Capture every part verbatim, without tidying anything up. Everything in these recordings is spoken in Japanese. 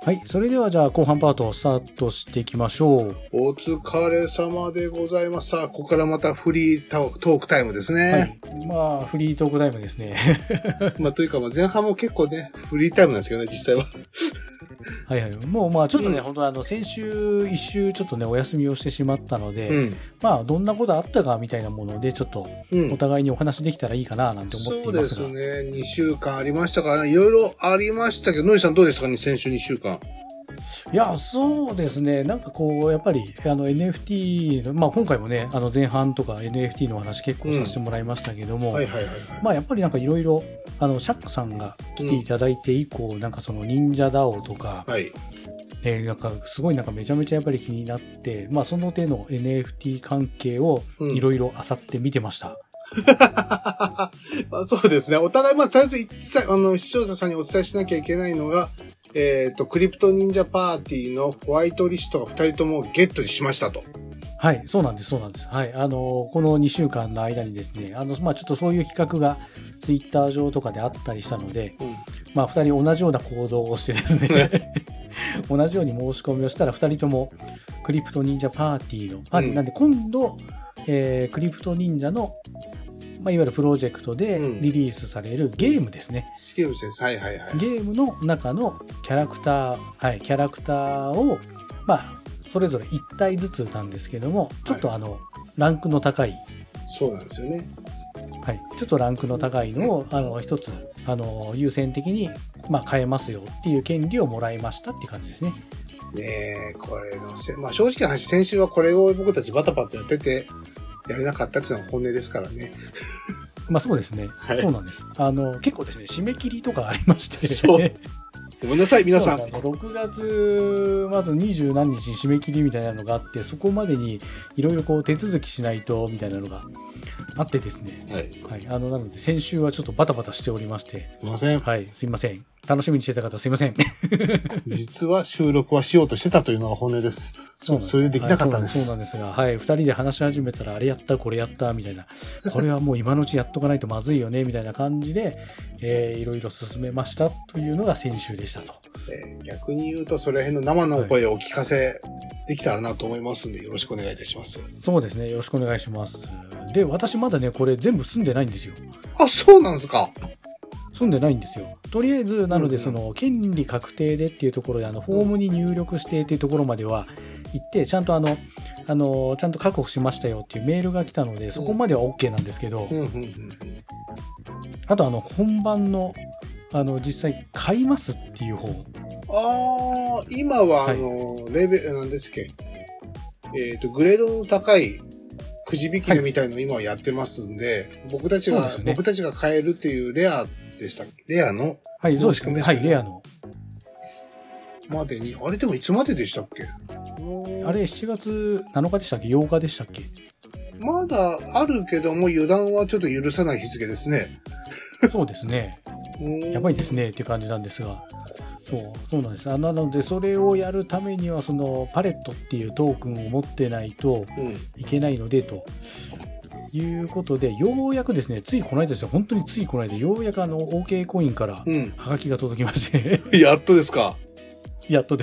はい、それではじゃあ後半パートをスタートしていきましょう。 お疲れ様でございます。さあ、ここからまたフリートークタイムですね。 はい、まあフリートークタイムですね。 まあというかまあ前半も結構ねフリータイムなんですけどね、実際は。 はいはい、もうまあちょっとね、うん、本当あの先週一週ちょっとねお休みをしてしまったので、うん、まあどんなことあったかみたいなものでちょっとお互いにお話できたらいいかななんて思っていますが、 うん、そうですね。にしゅうかんありましたから、ね、いろいろありましたけど、のりさんどうですかね、先週にしゅうかん。 いや、そうですね。なんかこう、やっぱり、あの エヌエフティー の、まあ今回もね、あの前半とか エヌエフティー の話結構させてもらいましたけども、まあやっぱりなんかいろいろ、あの、シャックさんが来ていただいて以降、うん、なんかその忍者ダオとか、はい、ね、なんかすごいなんかめちゃめちゃやっぱり気になって、まあその手の エヌエフティー 関係をいろいろ漁って見てました。うんまあ、そうですね。お互い、まあ、とりあえず一あの、視聴者さんにお伝えしなきゃいけないのが、えっと、クリプト忍者パーティーのホワイトリストがふたりともゲットしましたと。 はい、そうなんです、そうなんです。はい、あの、このにしゅうかんの間にですね、あの、まあ、ちょっとそういう企画がツイッター上とかであったりしたので、うん、まあ、ふたり同じような行動をしてですね、同じように申し込みをしたらふたりともクリプト忍者パーティーの、パーティーなんで今度、えー、クリプト忍者のまあ、いわゆるプロジェクトでリリースされるゲームですね。 ゲームです。はいはいはい。 ゲームの中のキャラクター、はい、キャラクターを、まあ、それぞれいち体ずつなんですけども、ちょっとあの、はい、ランクの高い。 そうなんですよね。 はい。ちょっとランクの高いのを、あの、一つ、あの、優先的に、まあ、変えますよっていう権利をもらいましたっていう感じですね。 ねえ、これのせ、まあ、正直な話、先週はこれを僕たちバタバタやってて、やれなかったっていうのが本音ですからね。 まあそうですね、はい。そうなんです。あの、結構ですね、締め切りとかありまして。 そう。ごめんなさい、皆さん。 ろくがつ、まず二十何日に締め切りみたいなのがあって、そこまでにいろいろこう手続きしないと、みたいなのがあってですね。はい。はい。あの、なので先週はちょっとバタバタしておりまして。 すいません。 はい。すいません。楽しみにしてた方すいません。 実は収録はしようとしてたというのが本音です。そう、それでできなかったんです。 はい、そうなんですが、はい。二人で話し始めたら、あれやった、これやった、みたいな。これはもう今のうちやっとかないとまずいよね、みたいな感じで、えー、いろいろ進めましたというのが先週でしたと。 えー、逆に言うと、それ辺の生の声をお聞かせできたらなと思いますんで、よろしくお願いいたします。 そうですね。よろしくお願いします。で、私まだね、これ全部済んでないんですよ。 あ、そうなんですか。 済んでないんですよ。とりあえず、なので、その、権利確定でっていうところで、あの、フォームに入力してっていうところまでは行って、ちゃんとあの、あの、ちゃんと確保しましたよっていうメールが来たので、そこまでは OK なんですけど、あと、あの、本番の、あの、実際、買いますっていう方。 ああ、今は、あの、はい、レベル、なんですっけ。えっと、グレードの高い、くじ引きみたいのを今はやってますんで、はい、僕たちが、ね、僕たちが買えるっていうレアでしたっけ？レアのはい、そうですね。はい、レアの。 までに、あれでもいつまででしたっけ？ あれしちがつなのかでしたっけ？ようかでしたっけ？ まだあるけども、油断はちょっと許さない日付ですね。 そうですね。やばいですねっていう感じなんですが。そう、そうなんです。あなので、それをやるためには、その、パレットっていうトークンを持ってないといけないので、うん、ということで、ようやくですね、ついこの間ですよ、本当についこの間、ようやくあの、OK コインから、ハガキが届きまして、 うん。やっとですか。 やっとです。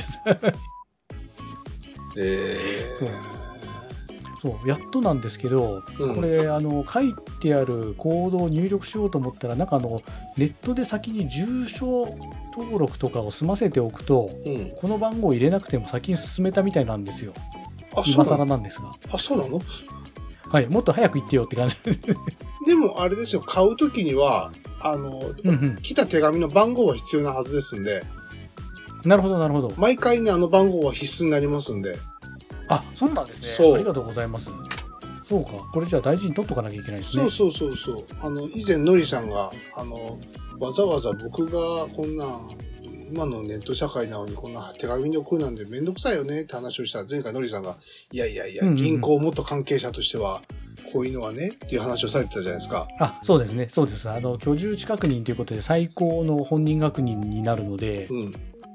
えー、 そう。そう、やっとなんですけど、うん、これ、あの、書いてあるコードを入力しようと思ったら、なんかあの、ネットで先に住所登録とかを済ませておくと、うん、この番号を入れなくても先に進めたみたいなんですよ。 あ、 今更なんですが。 あ、そうなの？ はい、もっと早く言ってよって感じ。 でも、あれですよ、買うときには、あの、うんうん、来た手紙の番号は必要なはずですんで。 なるほど、なるほど。 毎回ね、あの番号は必須になりますんで。 あ、そうなんですね。そう。ありがとうございます。そうか。これじゃあ大事に取っとかなきゃいけないですね。 そうそうそうそう。あの、以前、のりさんが、あの、わざわざ僕がこんな、今のネット社会なのにこんな手紙に送るなんてめんどくさいよねって話をしたら、前回のりさんが、いやいやいや、うんうんうん、銀行元関係者としては、こういうのはねっていう話をされてたじゃないですか。 あ、そうですね。そうです。あの、居住地確認ということで最高の本人確認になるので、うん、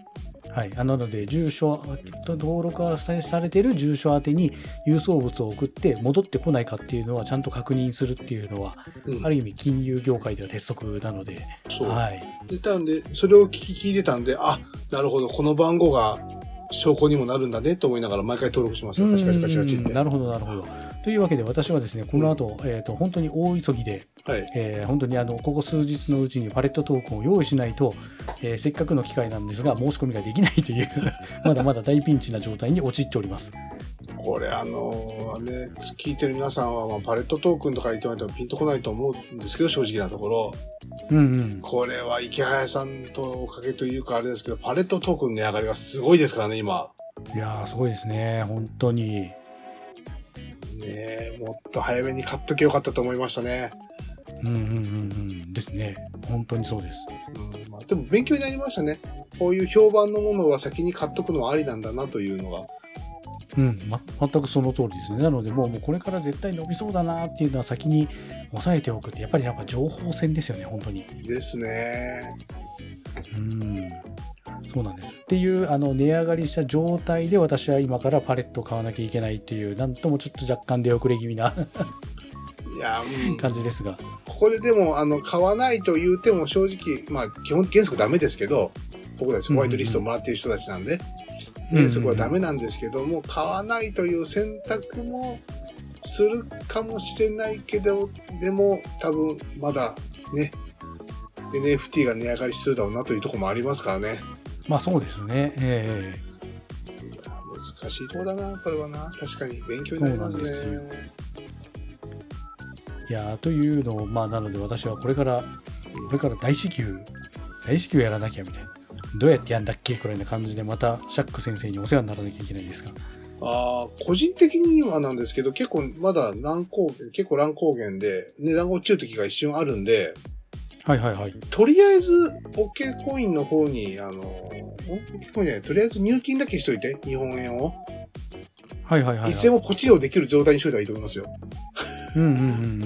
はい、なので住所登録されている住所宛てに郵送物を送って戻ってこないかっていうのはちゃんと確認するっていうのは、うん、ある意味金融業界では鉄則なので、 そう、 はい、 でたんでそれを聞き聞いてたんで、あ、なるほど、この番号が証拠にもなるんだねと思いながら毎回登録しますよ。カチカチカチカチって。 なるほどなるほど。というわけで私はですね、この後、うん、えっと本当に大急ぎで、はい、えー、本当にあのここ数日のうちにパレットトークンを用意しないと、えー、せっかくの機会なんですが申し込みができないというまだまだ大ピンチな状態に陥っております。 これあのー、ね、聞いてる皆さんは、まあ、パレットトークンとか言ってもらってもピンとこないと思うんですけど、正直なところ、 うんうん、 これは池早さんとおかげというかあれですけど、パレットトークン値上がりがすごいですからね、今。 いやーすごいですね、本当に。 ねえ、もっと早めに買っときゃよかったと思いましたね。 うんうんうんうんですね。本当にそうです。 うん、まあ、でも勉強になりましたね。こういう評判のものは先に買っとくのはありなんだなというのが。 うん、ま、全くその通りですね。なのでもう、もうこれから絶対伸びそうだなっていうのは先に押さえておくって、やっぱりやっぱ情報戦ですよね、本当に。 ですね。 うん。そうなんです。っていうあの値上がりした状態で私は今からパレットを買わなきゃいけないっていう、なんともちょっと若干出遅れ気味ないや、うん、感じですが。 ここででもあの買わないと言うても正直、まあ基本原則ダメですけど、僕たちホワイトリストをもらっている人たちなんで、うんうんうん、原則はダメなんですけども、買わないという選択もするかもしれないけど、でも多分まだね、エヌエフティー が値上がりするだろうなというところもありますからね。 まあそうですね。ええー、いや難しいところだな、これはな。確かに勉強になりますね。 いやというのを、まあなので私はこれから、これから大至急、大至急やらなきゃみたいな。どうやってやんだっけくらいな感じで、またシャック先生にお世話にならなきゃいけないですか。 ああ、個人的にはなんですけど、結構まだ乱高、結構乱高原で値段が落ちる時が一瞬あるんで、 はいはいはい。 とりあえず、OK コインの方に、あの、OK コインじゃない、とりあえず入金だけしといて、日本円を。 はいはいはい、はい。 いつでもポチをできる状態にしといたらいいと思いますよ。 うんうんうん。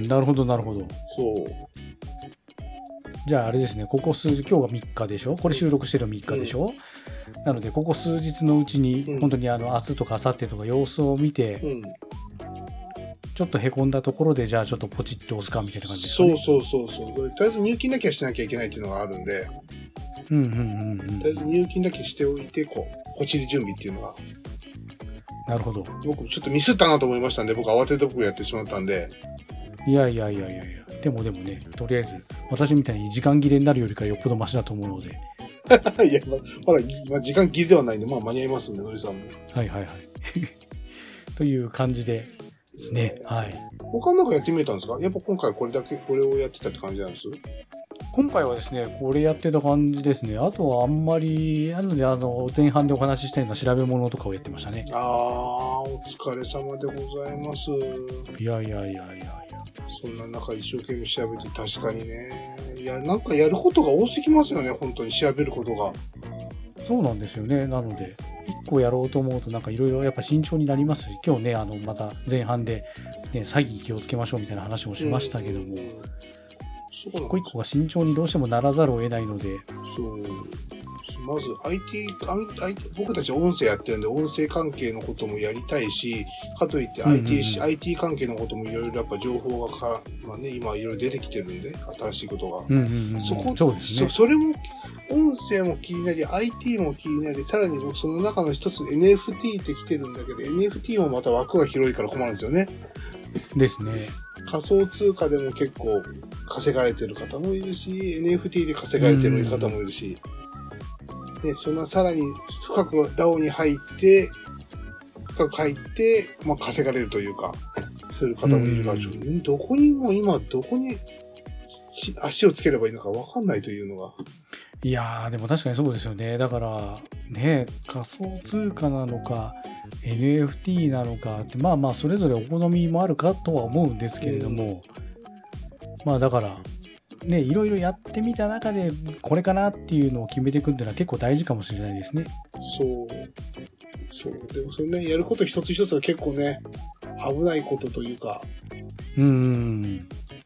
なるほどなるほど。 そう。 じゃああれですね、ここ数日、今日がみっかでしょ、これ収録してるのみっかでしょ、うん、なので、ここ数日のうちに、うん、本当にあの明日とか明後日とか様子を見て、うん、ちょっとへこんだところで、じゃあちょっとポチって押すかみたいな感じですかね。 そうそうそうそう。とりあえず入金だけはしなきゃいけないっていうのがあるんで、 うんうんうんうん、 とりあえず入金だけしておいて、こう、ポチり準備っていうのが。 なるほど。 僕ちょっとミスったなと思いましたんで、僕慌てて僕やってしまったんで。 いやいやいやいやいや。でもでもね、とりあえず、私みたいに時間切れになるよりかよっぽどマシだと思うので。 いや、ま、まだ、まあ、時間切れではないんで、まあ間に合いますんで、のりさんも。 はいはいはい。という感じでですね。はい。 他なんかやってみれたんですか？やっぱ今回これだけ、これをやってたって感じなんです？ 今回はですね、これやってた感じですね。あとはあんまり、なので、あの、前半でお話ししたような調べ物とかをやってましたね。 ああ、お疲れ様でございます。 いやいやいやいやいや。 そんな中一生懸命調べて確かにね。いや、なんかやることが多すぎますよね、本当に調べることが。 そうなんですよね。なので、一個やろうと思うとなんかいろいろやっぱ慎重になりますし、今日ね、あの、また前半で、ね、詐欺気をつけましょうみたいな話もしましたけども、一個一個が慎重にどうしてもならざるを得ないので。 そう。まず アイティー、アイティー、僕たちは音声やってるんで、音声関係のこともやりたいし、かといって アイティー、うんうん、アイティー 関係のこともいろいろやっぱ情報がか、まあね、今いろいろ出てきてるんで、新しいことが。 うんうんうん、 そこ、 そうですね。 そ、それも、音声も気になり、アイティー も気になり、さらに僕その中の一つ エヌエフティー って来てるんだけど、エヌエフティー もまた枠が広いから困るんですよね。 ですね。 仮想通貨でも結構稼がれてる方もいるし、エヌエフティー で稼がれてる方もいるし、ね、そんなさらに深く ダオ に入って、深く入って、まあ、稼がれるというか、する方もいるから、どこにも今、どこに足をつければいいのか分かんないというのが。 いやー、でも確かにそうですよね。だから、ね、仮想通貨なのか、エヌエフティー なのかって、まあまあ、それぞれお好みもあるかとは思うんですけれども、うん、まあだから、ね、いろいろやってみた中で、これかなっていうのを決めていくっていうのは結構大事かもしれないですね。 そう。そう。でもそれね、やること一つ一つが結構ね、危ないことというか、 うん。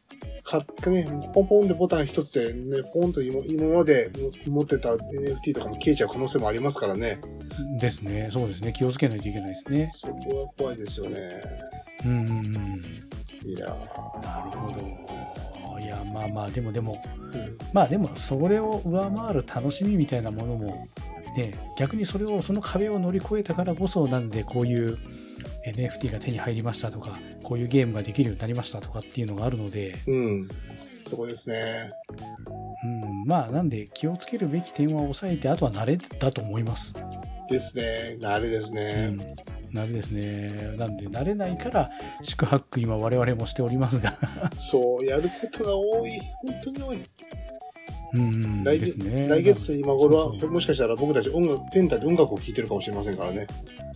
かね、ポンポンでボタン一つでね、ポンと今今まで持ってた エヌエフティー とかも消えちゃう可能性もありますからね。 ですね。そうですね。気をつけないといけないですね。 そこは怖いですよね。 うんうんうん。 いやー。なるほど。いや、まあまあ、でもでも、うん、まあでも、それを上回る楽しみみたいなものも、ね、逆にそれを、その壁を乗り越えたからこそ、なんでこういう、エヌエフティー が手に入りましたとか、こういうゲームができるようになりましたとかっていうのがあるので、 うん、そこですね。 うん、まあなんで気をつけるべき点は抑えて、あとは慣れだと思います。 ですね、慣れですね。 うん、慣れですね。なんで慣れないから宿泊今我々もしておりますが、 そうやることが多い、本当に多い。 うん、 来月、ね、来月今頃はそうそう、もしかしたら僕たち音楽ペンタで音楽を聴いてるかもしれませんからね。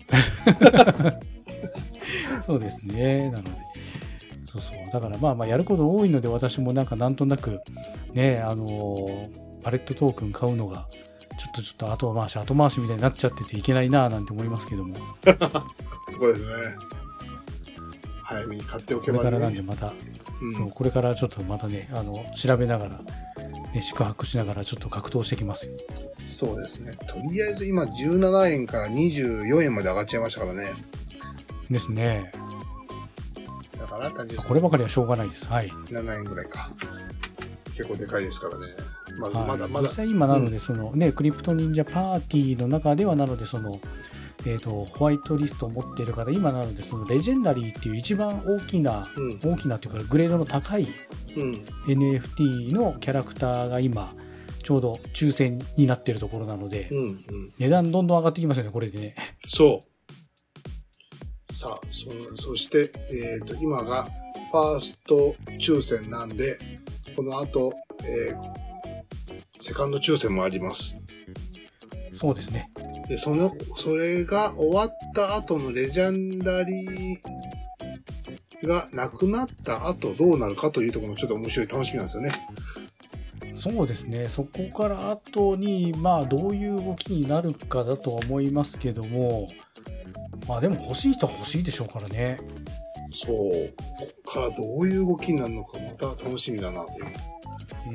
そうですね。なので、そうそう。だからまあまあやること多いので、私もなんかなんとなくね、あのー、パレットトークン買うのがちょっとちょっと後回し後回しみたいになっちゃってていけないなぁなんて思いますけども。 そうですね。早めに買っておけばね。 これからなんでまた、うん、そうこれからちょっとまたね、あの調べながら、ね、宿泊しながらちょっと格闘してきますよ。 そうですね。とりあえず今じゅうななえんからにじゅうよんえんまで上がっちゃいましたからね。 ですね。 だから単純にこればかりはしょうがないです。はい。 ななえんぐらいか。結構でかいですからね。まだ、 はい、 まだまだ。 実際今なので、そのね、うん、クリプト忍者パーティーの中ではなので、その、えっと、ホワイトリストを持っている方、今なので、そのレジェンダリーっていう一番大きな、うん、大きなというか、グレードの高い エヌエフティー のキャラクターが今、ちょうど抽選になっているところなので、うんうん、値段どんどん上がってきますよね、これでね。 そう。さあ、そ, そして、えっと、今がファースト抽選なんで、この後、えー、セカンド抽選もあります。 そうですね。 で、その、それが終わった後のレジェンダリーがなくなった後どうなるかというところもちょっと面白い、楽しみなんですよね。 そうですね。そこから後に、まあ、どういう動きになるかだとは思いますけども、まあでも欲しい人は欲しいでしょうからね。 そう。ここからどういう動きになるのかまた楽しみだなという。 うん。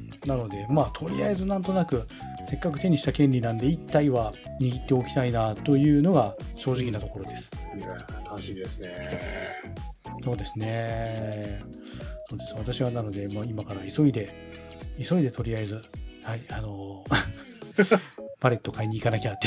なので、まあとりあえずなんとなく、せっかく手にした権利なんで、一体は握っておきたいなというのが正直なところです。 いや楽しみですね。 そうですね。そうです。私はなので、まあ、今から急いで、急いでとりあえず、はい、あのー、パレット買いに行かなきゃっていう。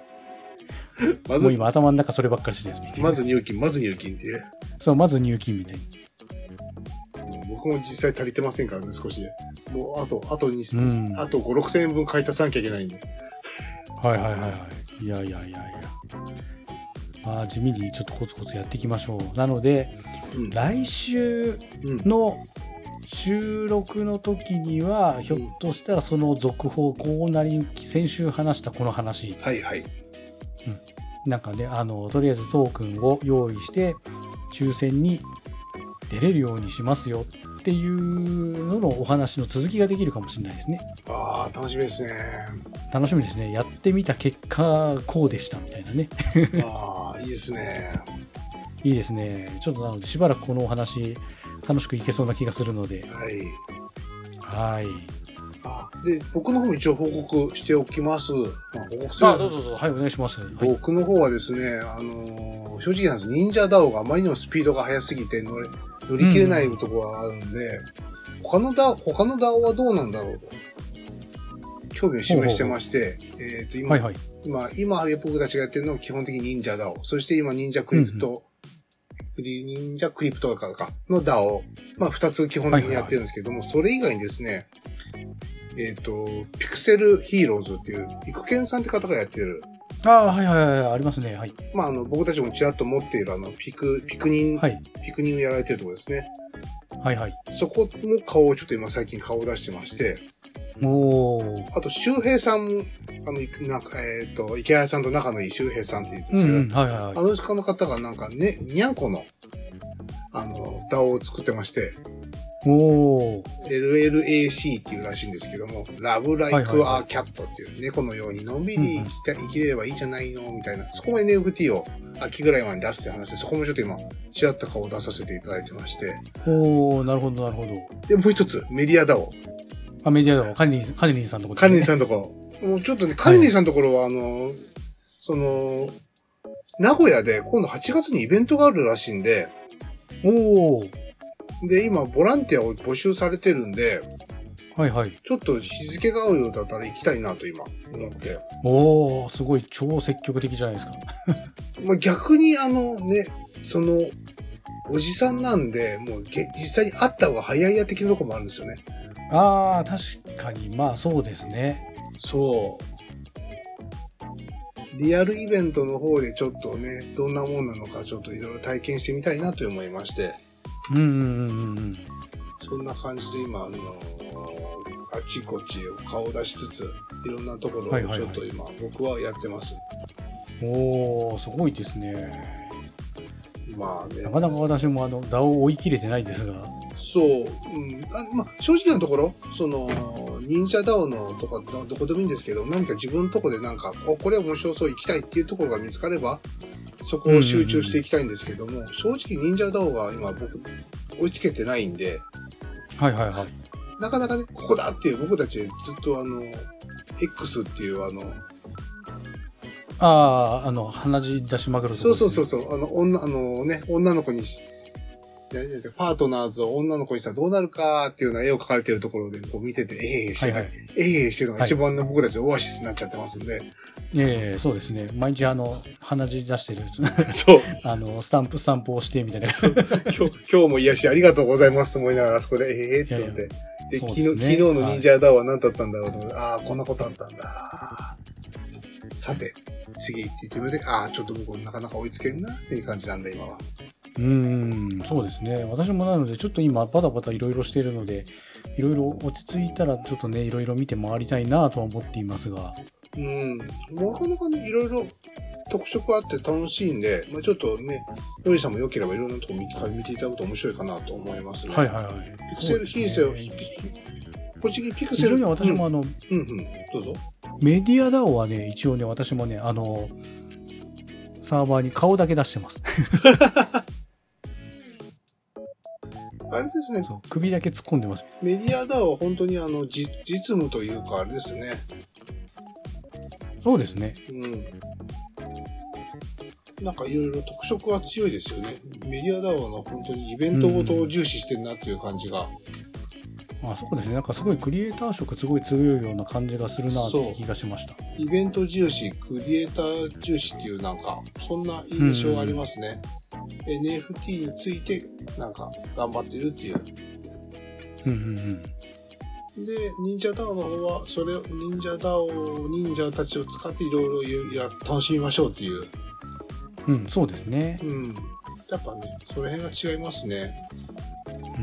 まずもう今頭の中そればっかりしてですみたいな。 まず入金、まず入金っていう。 そう、まず入金みたいに。 僕も実際足りてませんからね、少しで。もうあと、あとに、うん、あとご、ろくせんえんぶん買い足さなきゃいけないんで。 はいはいはいはい。いやいやいやいや。まあ地味にちょっとコツコツやっていきましょう。なので、うん、来週の収録の時には、うん、ひょっとしたらその続報、こうなり、先週話したこの話。 はいはい。 なんかね、あの、とりあえずトークンを用意して、抽選に出れるようにしますよっていうののお話の続きができるかもしれないですね。 ああ、楽しみですね。 楽しみですね。やってみた結果、こうでしたみたいなね。 ああ、いいですね。 いいですね。ちょっとなので、しばらくこのお話、楽しくいけそうな気がするので。 はい。 はい。 あで、僕の方も一応報告しておきます。まあ、報告する。 あ、どうぞどうぞ。はい、お願いします。 僕の方はですね、あのー、正直なんです。忍者ダオがあまりにもスピードが速すぎて乗り、乗り切れないところがあるんで、うん、他のダオ、他のダオはどうなんだろうと、興味を示してまして、ほうほうほうえっと、今、はいはい、今、今、僕たちがやってるのは基本的に忍者ダオ。そして今、忍者クリプト、うんうん、忍者クリプトかかのダオ。まあ、二つ基本的にやってるんですけども、はいはいはい、それ以外にですね、えっ、ー、と、ピクセルヒーローズっていう、イクケンさんって方がやってる。 ああ、はいはいはい、ありますね。はい。 まあ、あの、僕たちもちらっと持っている、あの、ピク、ピクニン、はい、ピクニンをやられてるところですね。 はいはい。 そこの顔をちょっと今最近顔を出してまして。 おー。 あと、周平さん、あの、なんか、えっ、ー、と、池谷さんと仲のいい周平さんっていうんですけど、うんうん、はいはいはい。あの人の方がなんかね、にゃんこの、あの、ダオを作ってまして。 おー。 エルエルエーシー っていうらしいんですけども、Love Like a Cat っていう猫のようにのんびり生きた、生きれればいいじゃないのみたいな。そこも エヌエフティー を秋ぐらいまで出すって話で、そこもちょっと今、ちらっと顔を出させていただいてまして。 おー、なるほど、なるほど。 で、もう一つ、メディアダオ。 あ、メディアダオ。カニリン、カニリンさんのところ、 ね。カニリンさんのところ。もうちょっとね、カニリンさんのところは、あの、その、名古屋で今度はちがつにイベントがあるらしいんで、 おー。 で、今、ボランティアを募集されてるんで、 はいはい。 ちょっと日付が合うようだったら行きたいなと今、思って。 おー、すごい超積極的じゃないですか。 まあ逆にあのね、その、おじさんなんで、もう実際に会った方が早いや的なとこもあるんですよね。 あー、確かに、まあそうですね。 そう。リアルイベントの方でちょっとね、どんなもんなのかちょっといろいろ体験してみたいなと思いまして。 うんうんうんうん。 そんな感じで今、あのー、あちこち顔を出しつつ、いろんなところをちょっと今、僕はやってます。 おー、すごいですね。 まあね。 なかなか私もあの、ダオを追い切れてないですが。 そう。うん。あまあ、正直なところ、その、忍者ダオのとか、どこでもいいんですけど、何か自分のとこでなんか、これ面白そう行きたいっていうところが見つかれば、そこを集中していきたいんですけども、うんうんうん、正直忍者ダオが今僕、追いつけてないんで、 はいはいはい。 なかなかね、ここだっていう僕たちずっとあの、X っていうあの、 ああ、あの、鼻血出しまくるところ、ね、 そうそうそうそう、あの、女、あのね、女の子にし、パートナーズを女の子にしたらどうなるかっていうような絵を描かれてるところでこう見てて、ええー、してる、はいはい、ええー、してるのが一番の僕たちのオアシスになっちゃってますんで。 ええー、そうですね。毎日あの、鼻血出してる。 そう。 あの、スタンプ、スタンプをしてみたいな。 今日、今日も癒しありがとうございますと思いながら、そこで、ええー、って思って。いやいやで、昨日、ね、昨日の忍者ダウは何だったんだろうと思って、はい、ああ、こんなことあったんだ。さて、次行っていってみて、ああ、ちょっと僕なかなか追いつけんなっていう感じなんだ、今は。 うーん、そうですね。私もなので、ちょっと今バタバタいろいろしているので、いろいろ落ち着いたらちょっとね、いろいろ見て回りたいなとは思っていますが。 うん。なかなかね、いろいろ特色あって楽しいんで、まあ、ちょっとね、ノリさんも良ければいろんなとこ見て、見ていただくと面白いかなと思いますね。 はいはいはい。 ピクセル品性を、こっちにピクセル。 非常に私もあの、 うん、うんうん、どうぞ。 メディアダオはね、一応ね、私もね、あの、サーバーに顔だけ出してます。 あれですね。 そう首だけ突っ込んでます。 メディアダオは本当にあの、実務というか、あれですね。 そうですね。 うん。なんかいろいろ特色が強いですよね。メディアダオの本当にイベントごとを重視してるなっていう感じが。 うん、あ、そうですね。なんかすごいクリエイター色すごい強いような感じがするなって気がしました。 イベント重視、クリエイター重視っていうなんか、そんな印象がありますね。うん、エヌエフティー についてなんか頑張ってるっていう。 うんうんうんで、忍者ダオの方は、それを、忍者ダオ、忍者たちを使っていろいろや楽しみましょうっていう。 うん、そうですね。 うん。やっぱね、その辺が違いますね。 うん。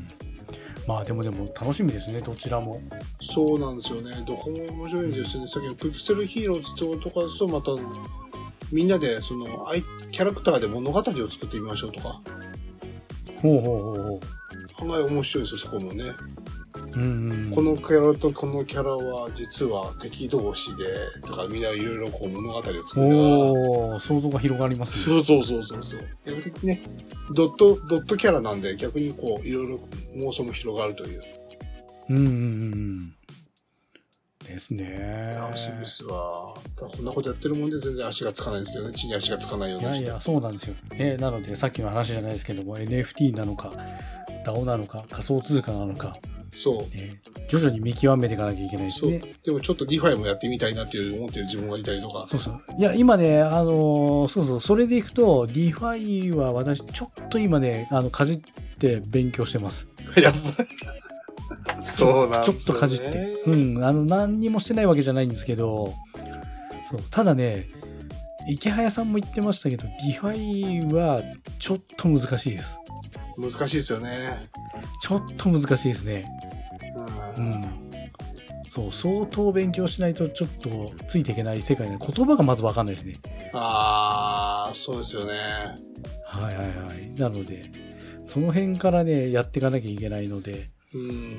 まあでもでも楽しみですね、どちらも。 そうなんですよね。どこも面白いんですよね。さっきのピクセルヒーローズとかですと、また、みんなで、その、キャラクターで物語を作ってみましょうとか。 ほうほうほうほう。案外面白いですよ、そこもね。 うんうん、 このキャラとこのキャラは実は敵同士でとかみんないろいろこう物語を作りながらおー想像が広がりますね。そうそうそうそうそう。逆にね、ドットドットキャラなんで逆にこういろいろ妄想も広がるという。 うんうんうんですね。 楽しみですわ。こんなことやってるもんで全然足がつかないんですけどね。地に足がつかないような。 いやいやそうなんですよ。えなのでさっきの話じゃないですけども エヌエフティー なのか ダオ なのか仮想通貨なのか。 そう、 ね。徐々に見極めていかなきゃいけないですね。 そう。でもちょっとディファイもやってみたいなっていう思ってる自分がいたりとか。 そうそう。いや、今ね、あのー、そうそう、それでいくと、ディファイは私、ちょっと今ね、あの、かじって勉強してます。 やっぱり。そうなんですよね。 ちょっとかじって。うん。あの、何にもしてないわけじゃないんですけど、そう。ただね、池早さんも言ってましたけど、ディファイはちょっと難しいです。 難しいですよね。 ちょっと難しいですね。うん。うん、そう、相当勉強しないとちょっとついていけない世界で、言葉がまず分かんないですね。 ああ、そうですよね。 はいはいはい。なので、 その辺からね、やっていかなきゃいけないので、 うん、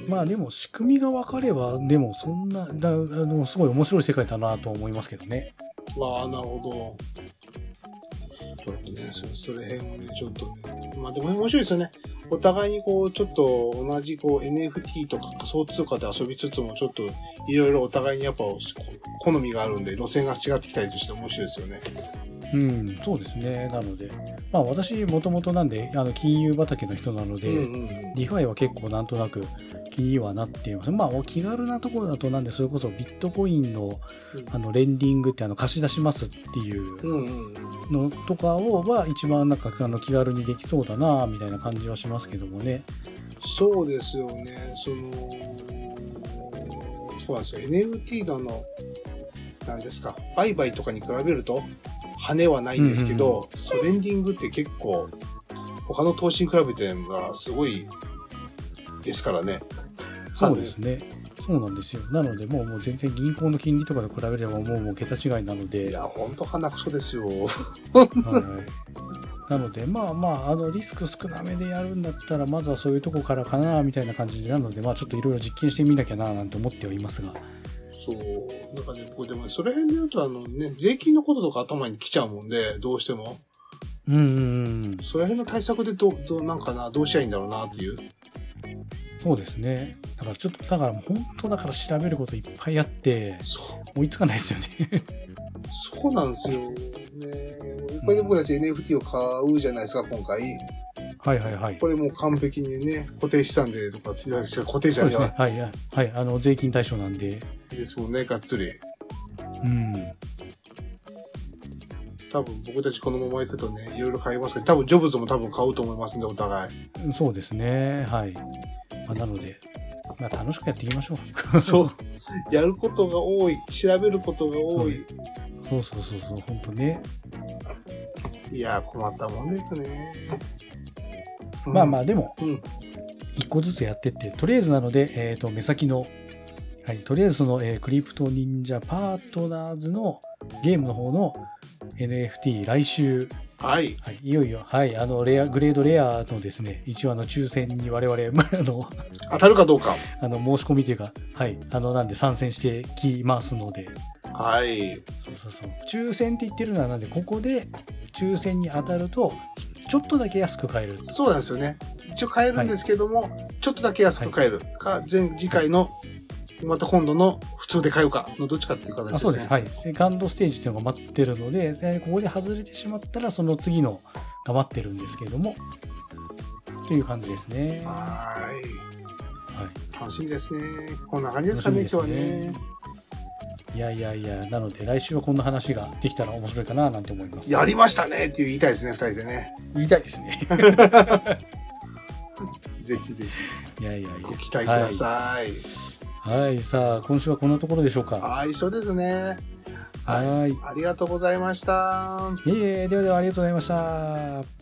まあでも仕組みが分かれば、でもそんな、だあのすごい面白い世界だなと思いますけどね。 まあ、なるほど。ちょっとね、そ, それ辺をね、ちょっとね。まあでも面白いですよね。お互いにこう、ちょっと同じこう エヌエフティー とか仮想通貨で遊びつつも、ちょっといろいろお互いにやっぱ好みがあるんで、路線が違ってきたりとして面白いですよね。 うん、そうですね。なので、まあ私もともとなんで、あの金融畑の人なので、うんうんうん、ディファイは結構なんとなく気にはなっています。まあお気軽なところだと、なんでそれこそビットコインの、うん、あのレンディングってあの貸し出しますっていうのとかをは一番なんかあの気軽にできそうだなみたいな感じはしますけどもね。 そうですよね。そのそうなんですよ。エヌエフティー のあのなんですか、売買とかに比べると羽はないんですけど、うんうん、そレンディングって結構他の投資に比べてがすごいですからね。 そうですね。そうなんですよ。なのでもうもう全然銀行の金利とかと比べればもうもう桁違いなので。 いや本当鼻くそですよ。 はい。なのでまあまああのリスク少なめでやるんだったらまずはそういうとこからかなみたいな感じなので、まあちょっといろいろ実験してみなきゃななんて思ってはいますが。 そう。なんかね、僕でも、ね、それ辺で言うと、あのね、税金のこととか頭に来ちゃうもんで、どうしても。 うんうんうん。 それ辺の対策でどう、どう、なんかな、どうしたらいいんだろうな、っていう。 そうですね。だからちょっと、だから本当だから調べることいっぱいあって、 そう追いつかないですよね。 そうなんですよ。ねこれで僕たち エヌエフティー を買うじゃないですか、今回。 はいはいはい。 これもう完璧にね、固定資産でとか、固定じゃないですね。はいはい。はい。あの、税金対象なんで。 ですもんね、がっつり。 うん。 多分僕たちこのまま行くとね、いろいろ買いますけど、多分ジョブズも多分買うと思いますんで、お互い。そうですね。はい。まあ、なので、まあ、楽しくやっていきましょう。 そう。やることが多い。調べることが多い。 そうそうそうそう、本当ね。 いや、困ったもんですね。 まあまあでも、うん、一個ずつやってって、とりあえずなので、えっと、目先の、はい、とりあえずその、えー、クリプト忍者パートナーズのゲームの方の エヌエフティー 来週、 はい。 はい、いよいよ、はい、あの、レア、グレードレアのですね、一応あの、抽選に我々、あの、 当たるかどうか。 あの、申し込みというか、はい、あの、なんで参戦してきますので、 はい。 そうそうそう。抽選って言ってるのはなんで、ここで抽選に当たると、ちょっとだけ安く買える。 そうなんですよね。一応買えるんですけども、はい、ちょっとだけ安く買えるか、前、次回の、また今度の普通で買うかのどっちかっていう形ですね。 あ、そうです。はい。セカンドステージっていうのが待ってるので、ここで外れてしまったら、その次のが待ってるんですけれども、という感じですね。 はい。はい。楽しみですね。こんな感じですかね、今日はね。 いやいやいや、なので来週はこんな話ができたら面白いかななんて思います。 やりましたねっていう言いたいですね、二人でね。 言いたいですね。 ぜひぜひ。 いやいやいや。 ご期待ください。 はい、はい、さあ、今週はこんなところでしょうか。 はい、そうですね。 はい。 ありがとうございました。 いえいえ、ではではありがとうございました。